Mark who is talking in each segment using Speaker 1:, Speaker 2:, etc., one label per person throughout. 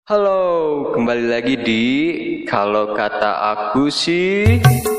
Speaker 1: Halo, kembali lagi di Kalau Kata Aku Sih.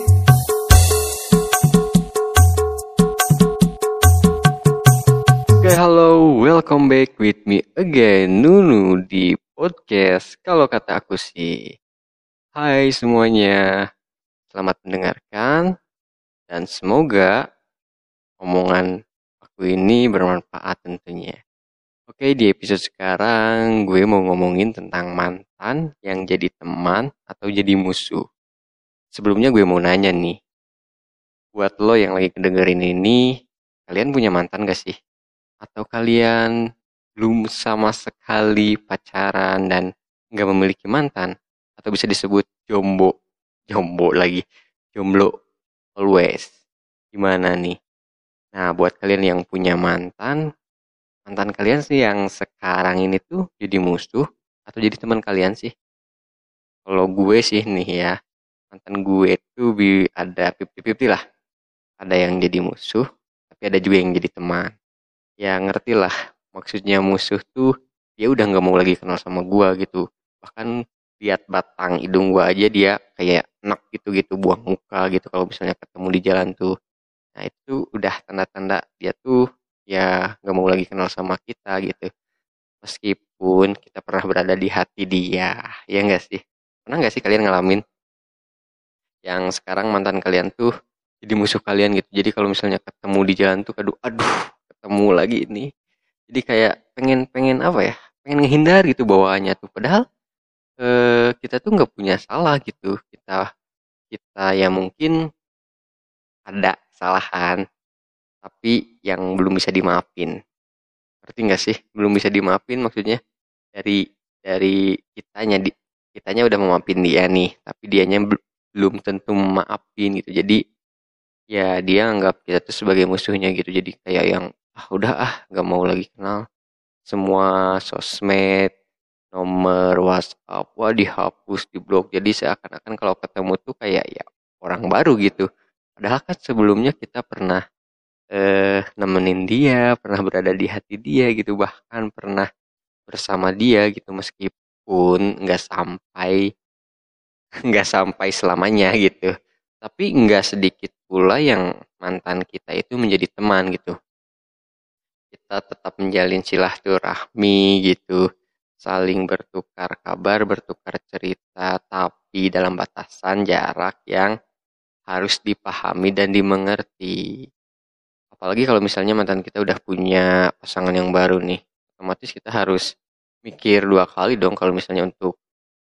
Speaker 1: Oke, halo, welcome back with me again, Nunu di podcast Kalau Kata Aku Sih. Hai semuanya, selamat mendengarkan dan semoga omongan aku ini bermanfaat tentunya. Oke, di episode sekarang gue mau ngomongin tentang mantan yang jadi teman atau jadi musuh. Sebelumnya gue mau nanya nih, buat lo yang lagi kedengerin ini, kalian punya mantan gak sih? Atau kalian belum sama sekali pacaran dan gak memiliki mantan? Atau bisa disebut jombo? Jombo lagi, jomblo always. Gimana nih? Nah, buat kalian yang punya mantan, mantan kalian sih yang sekarang ini tuh jadi musuh atau jadi teman kalian sih? Kalau gue sih nih ya, mantan gue tuh ada 50-50 lah. Ada yang jadi musuh, tapi ada juga yang jadi teman. Ya ngerti lah, maksudnya musuh tuh dia udah nggak mau lagi kenal sama gua gitu. Bahkan lihat batang hidung gua aja dia kayak enak gitu-gitu, buang muka gitu kalau misalnya ketemu di jalan tuh. Nah itu udah tanda-tanda dia tuh ya nggak mau lagi kenal sama kita gitu. Meskipun kita pernah berada di hati dia, ya nggak sih? Pernah nggak sih kalian ngalamin yang sekarang mantan kalian tuh jadi musuh kalian gitu? Jadi kalau misalnya ketemu di jalan tuh, aduh, aduh, ketemu lagi ini. Jadi kayak pengen pengen apa ya? Pengen ngehindar gitu bawaannya tuh. Padahal kita tuh nggak punya salah gitu. Kita kita ya mungkin ada kesalahan, tapi yang belum bisa dimaafin. Ngerti nggak sih? Belum bisa dimaafin maksudnya dari kitanya udah memaafin dia nih, tapi dianya belum tentu memaafin gitu. Jadi ya dia anggap kita tuh sebagai musuhnya gitu. Jadi kayak yang udah nggak mau lagi kenal. Semua sosmed, nomor WhatsApp, wah dihapus, diblok. Jadi seakan-akan kalau ketemu tuh kayak ya orang baru gitu. Padahal kan sebelumnya kita pernah nemenin dia, pernah berada di hati dia gitu, bahkan pernah bersama dia gitu meskipun nggak sampai selamanya gitu. Tapi nggak sedikit pula yang mantan kita itu menjadi teman gitu. Kita tetap menjalin silaturahmi gitu, saling bertukar kabar, bertukar cerita, tapi dalam batasan jarak yang harus dipahami dan dimengerti. Apalagi kalau misalnya mantan kita udah punya pasangan yang baru nih, otomatis kita harus mikir dua kali dong kalau misalnya untuk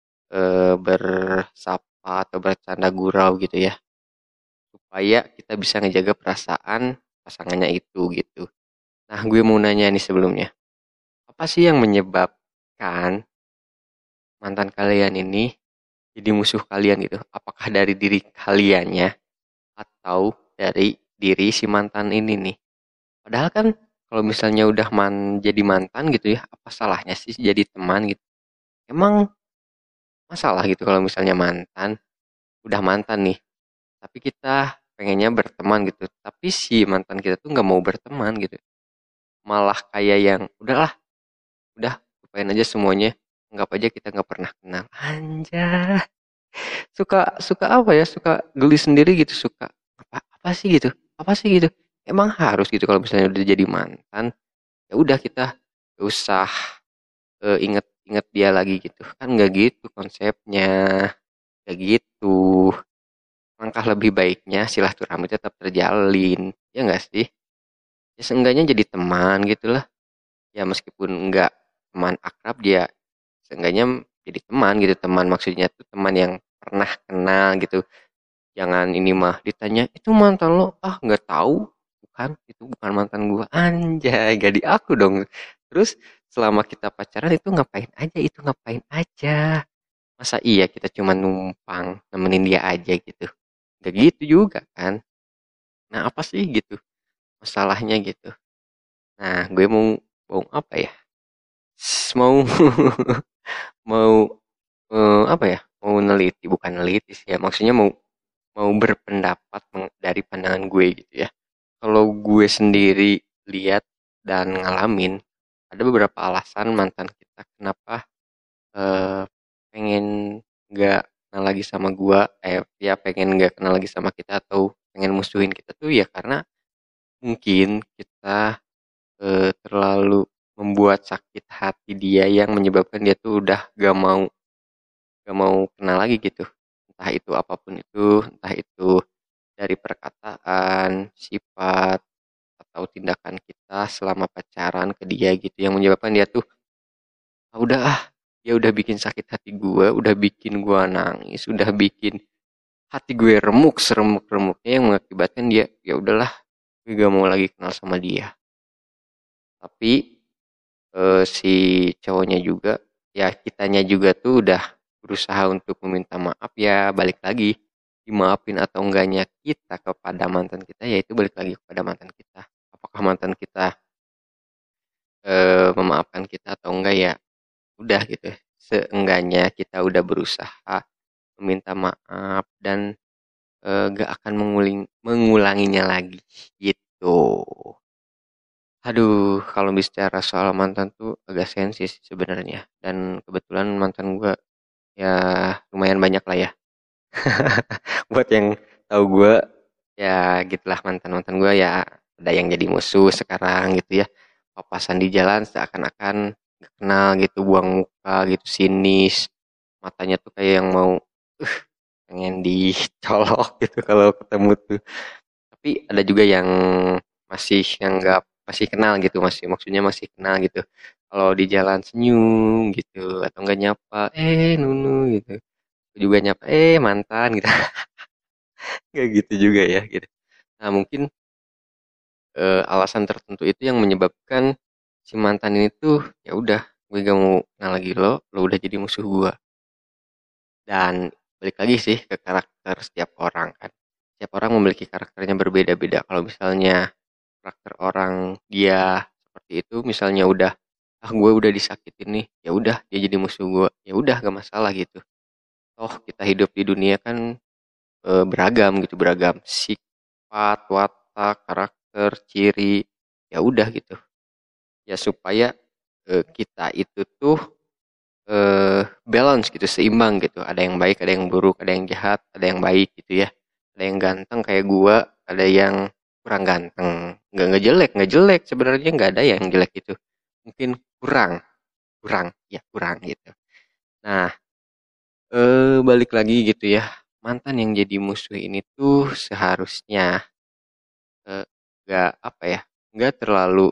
Speaker 1: bersapa atau bercanda gurau gitu ya, supaya kita bisa ngejaga perasaan pasangannya itu gitu. Nah, gue mau nanya nih sebelumnya. Apa sih yang menyebabkan mantan kalian ini jadi musuh kalian gitu? Apakah dari diri kaliannya atau dari diri si mantan ini nih? Padahal kan kalau misalnya udah jadi mantan gitu ya, apa salahnya sih jadi teman gitu? Emang masalah gitu kalau misalnya udah mantan nih, tapi kita pengennya berteman gitu. Tapi si mantan kita tuh nggak mau berteman gitu. Malah kayak yang udahlah, udah lupain aja semuanya. Anggap aja kita nggak pernah kenal. Anjay. Suka suka apa ya, suka geli sendiri gitu, suka apa sih gitu, apa sih gitu, emang harus gitu kalau misalnya udah jadi mantan ya udah kita gak usah inget-inget dia lagi gitu kan, nggak gitu konsepnya, nggak gitu. Langkah lebih baiknya silaturahmi tetap terjalin, ya nggak sih? Ya seenggaknya jadi teman gitulah, ya meskipun nggak teman akrab dia, seenggaknya jadi teman gitu. Teman maksudnya tuh teman yang pernah kenal gitu. Jangan ini mah ditanya, "Itu mantan lo?" "Ah, nggak tahu." "Bukan, itu bukan mantan gua." Anjay, gak di aku dong. Terus selama kita pacaran itu ngapain aja? Itu ngapain aja? Masa iya kita cuma numpang nemenin dia aja gitu? Gak gitu juga kan? Nah, apa sih gitu masalahnya gitu? Nah, gue mau apa ya? Mau mau apa ya? Mau neliti, bukan neliti sih ya. Maksudnya mau mau berpendapat dari pandangan gue gitu ya. Kalau gue sendiri lihat dan ngalamin, ada beberapa alasan mantan kita kenapa nggak kenal lagi sama gua, ya pengen nggak kenal lagi sama kita atau pengen musuhin kita tuh ya karena mungkin kita terlalu membuat sakit hati dia yang menyebabkan dia tuh udah gak mau kenal lagi gitu. Entah itu apapun itu, entah itu dari perkataan, sifat, atau tindakan kita selama pacaran ke dia gitu yang menyebabkan dia tuh "Ah, udah ah, dia udah bikin sakit hati gue, udah bikin gue nangis, udah bikin hati gue remuk seremuk-remuknya yang mengakibatkan dia ya udahlah gue gak mau lagi kenal sama dia." Tapi si cowoknya juga ya kitanya juga tuh udah berusaha untuk meminta maaf ya balik lagi dimaafin atau enggaknya kita kepada mantan kita ya itu balik lagi kepada mantan kita. Apakah mantan kita memaafkan kita atau enggak ya udah gitu. Seenggaknya kita udah berusaha meminta maaf dan gak akan mengulanginya lagi gitu. Aduh, kalau bicara soal mantan tuh agak sensi sih sebenarnya. Dan kebetulan mantan gue ya lumayan banyak lah ya. Buat yang tahu gue ya gitulah mantan-mantan gue ya ada yang jadi musuh sekarang gitu ya. Papasan di jalan seakan-akan gak kenal gitu, buang muka gitu, sinis. Matanya tuh kayak yang mau pengen dicolok gitu kalau ketemu tuh. Tapi ada juga yang masih nganggap masih kenal gitu, masih maksudnya masih kenal gitu. Kalau di jalan senyum gitu atau enggak nyapa, Nunu gitu. Juga nyapa, mantan gitu. Kayak gitu juga ya gitu. Nah, mungkin alasan tertentu itu yang menyebabkan si mantan ini tuh ya udah gue gak mau kenal lagi lo, lo udah jadi musuh gue. Dan balik lagi sih ke karakter setiap orang kan. Setiap orang memiliki karakternya berbeda-beda. Kalau misalnya karakter orang dia seperti itu misalnya udah gue udah disakitin nih ya udah dia jadi musuh gue ya udah gak masalah gitu. Toh kita hidup di dunia kan beragam gitu, beragam sifat, watak, karakter, ciri, ya udah gitu ya supaya kita itu tuh balance gitu, seimbang gitu. Ada yang baik, ada yang buruk, ada yang jahat, ada yang baik gitu ya. Ada yang ganteng kayak gua, ada yang kurang ganteng. Nggak jelek, nggak jelek. Sebenarnya nggak ada yang jelek itu. Mungkin kurang, kurang, ya kurang gitu. Nah, balik lagi gitu ya. Mantan yang jadi musuh ini tuh seharusnya nggak apa ya, nggak terlalu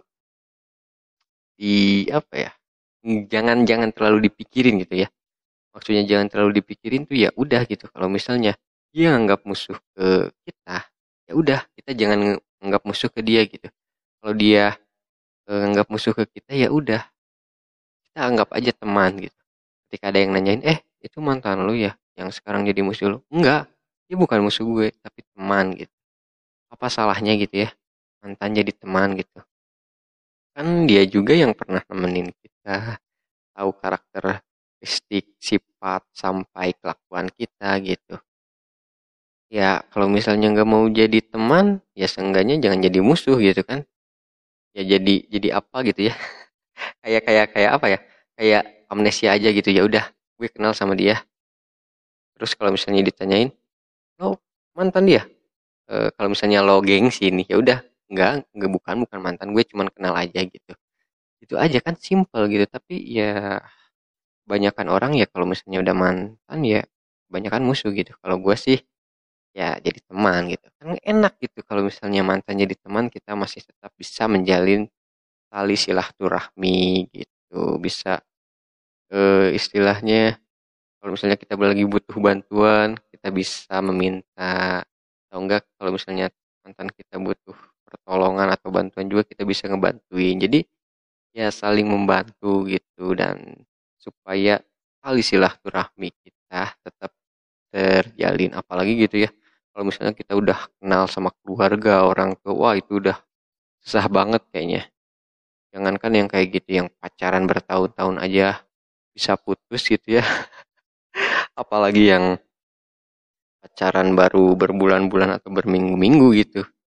Speaker 1: di apa ya, jangan jangan terlalu dipikirin gitu ya. Maksudnya jangan terlalu dipikirin tuh ya udah gitu. Kalau misalnya dia nganggap musuh ke kita, ya udah kita jangan nganggap musuh ke dia gitu. Kalau dia nganggap musuh ke kita ya udah kita anggap aja teman gitu. Ketika ada yang nanyain, itu mantan lu ya yang sekarang jadi musuh lu? Enggak, dia bukan musuh gue tapi teman gitu. Apa salahnya gitu ya mantan jadi teman gitu? Kan dia juga yang pernah nemenin kita, tahu karakteristik, sifat, sampai kelakuan kita gitu. Ya kalau misalnya nggak mau jadi teman, ya seenggaknya jangan jadi musuh gitu kan. Ya jadi apa gitu ya. Kayak apa ya? Kayak amnesia aja gitu. Ya udah, gue kenal sama dia. Terus kalau misalnya ditanyain, "Lo mantan dia?" Kalau misalnya lo gengsi nih, ya udah, enggak bukan mantan gue, cuman kenal aja gitu. Itu aja kan simple gitu, tapi ya kebanyakan orang ya kalau misalnya udah mantan ya kebanyakan musuh gitu. Kalau gue sih ya jadi teman gitu. Kan enak gitu kalau misalnya mantan jadi teman kita masih tetap bisa menjalin tali silaturahmi gitu. Bisa istilahnya kalau misalnya kita lagi butuh bantuan, kita bisa meminta atau enggak kalau misalnya mantan kita butuh pertolongan atau bantuan juga kita bisa ngebantuin. Jadi ya saling membantu gitu dan supaya tali silaturahmi kita tetap terjalin apalagi gitu ya kalau misalnya kita udah kenal sama keluarga orang tua wah itu udah susah banget kayaknya jangankan yang kayak gitu yang pacaran bertahun-tahun aja bisa putus gitu ya apalagi yang pacaran baru berbulan-bulan atau berminggu-minggu gitu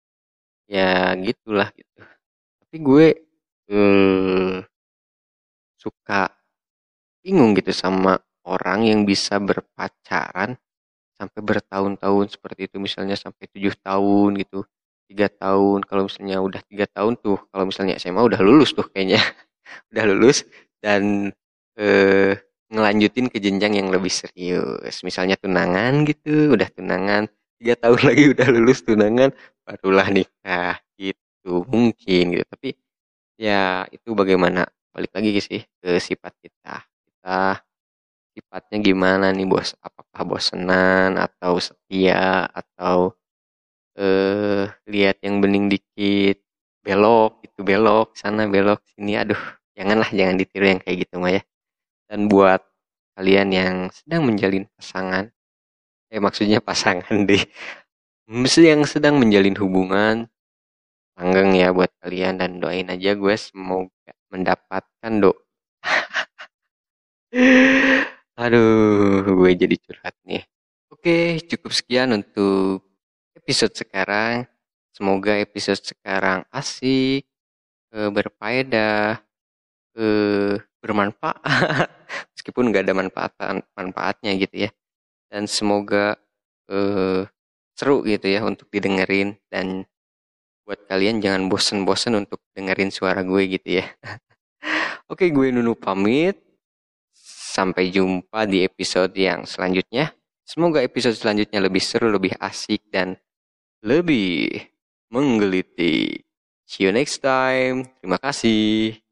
Speaker 1: ya gitulah gitu tapi gue eh, suka bingung gitu sama orang yang bisa berpacaran sampai bertahun-tahun seperti itu, misalnya sampai 7 tahun gitu, 3 tahun. Kalau misalnya udah 3 tahun tuh, kalau misalnya SMA udah lulus tuh kayaknya, udah lulus dan eh, ngelanjutin ke jenjang yang lebih serius. Misalnya tunangan gitu, udah tunangan 3 tahun lagi udah lulus tunangan, barulah nikah gitu mungkin gitu. Tapi ya itu bagaimana, balik lagi sih ke sifat kita. Kita sifatnya gimana nih bos? Apakah bosenan atau setia atau lihat yang bening dikit belok itu belok sana belok sini, aduh janganlah, jangan ditiru yang kayak gitu mah ya. Dan buat kalian yang sedang menjalin pasangan, maksudnya pasangan deh, mesti yang sedang menjalin hubungan, langgeng ya buat kalian, dan doain aja gue semoga mendapatkan aduh, gue jadi curhat nih. Oke, cukup sekian untuk episode sekarang. Semoga episode sekarang asik, berfaedah, bermanfaat. Meskipun nggak ada manfaatnya gitu ya. Dan semoga eh, seru gitu ya untuk didengerin. Dan buat kalian jangan bosen-bosen untuk dengerin suara gue gitu ya. Oke, gue Nunu pamit. Sampai jumpa di episode yang selanjutnya. Semoga episode selanjutnya lebih seru, lebih asik, dan lebih menggelitik. See you next time. Terima kasih.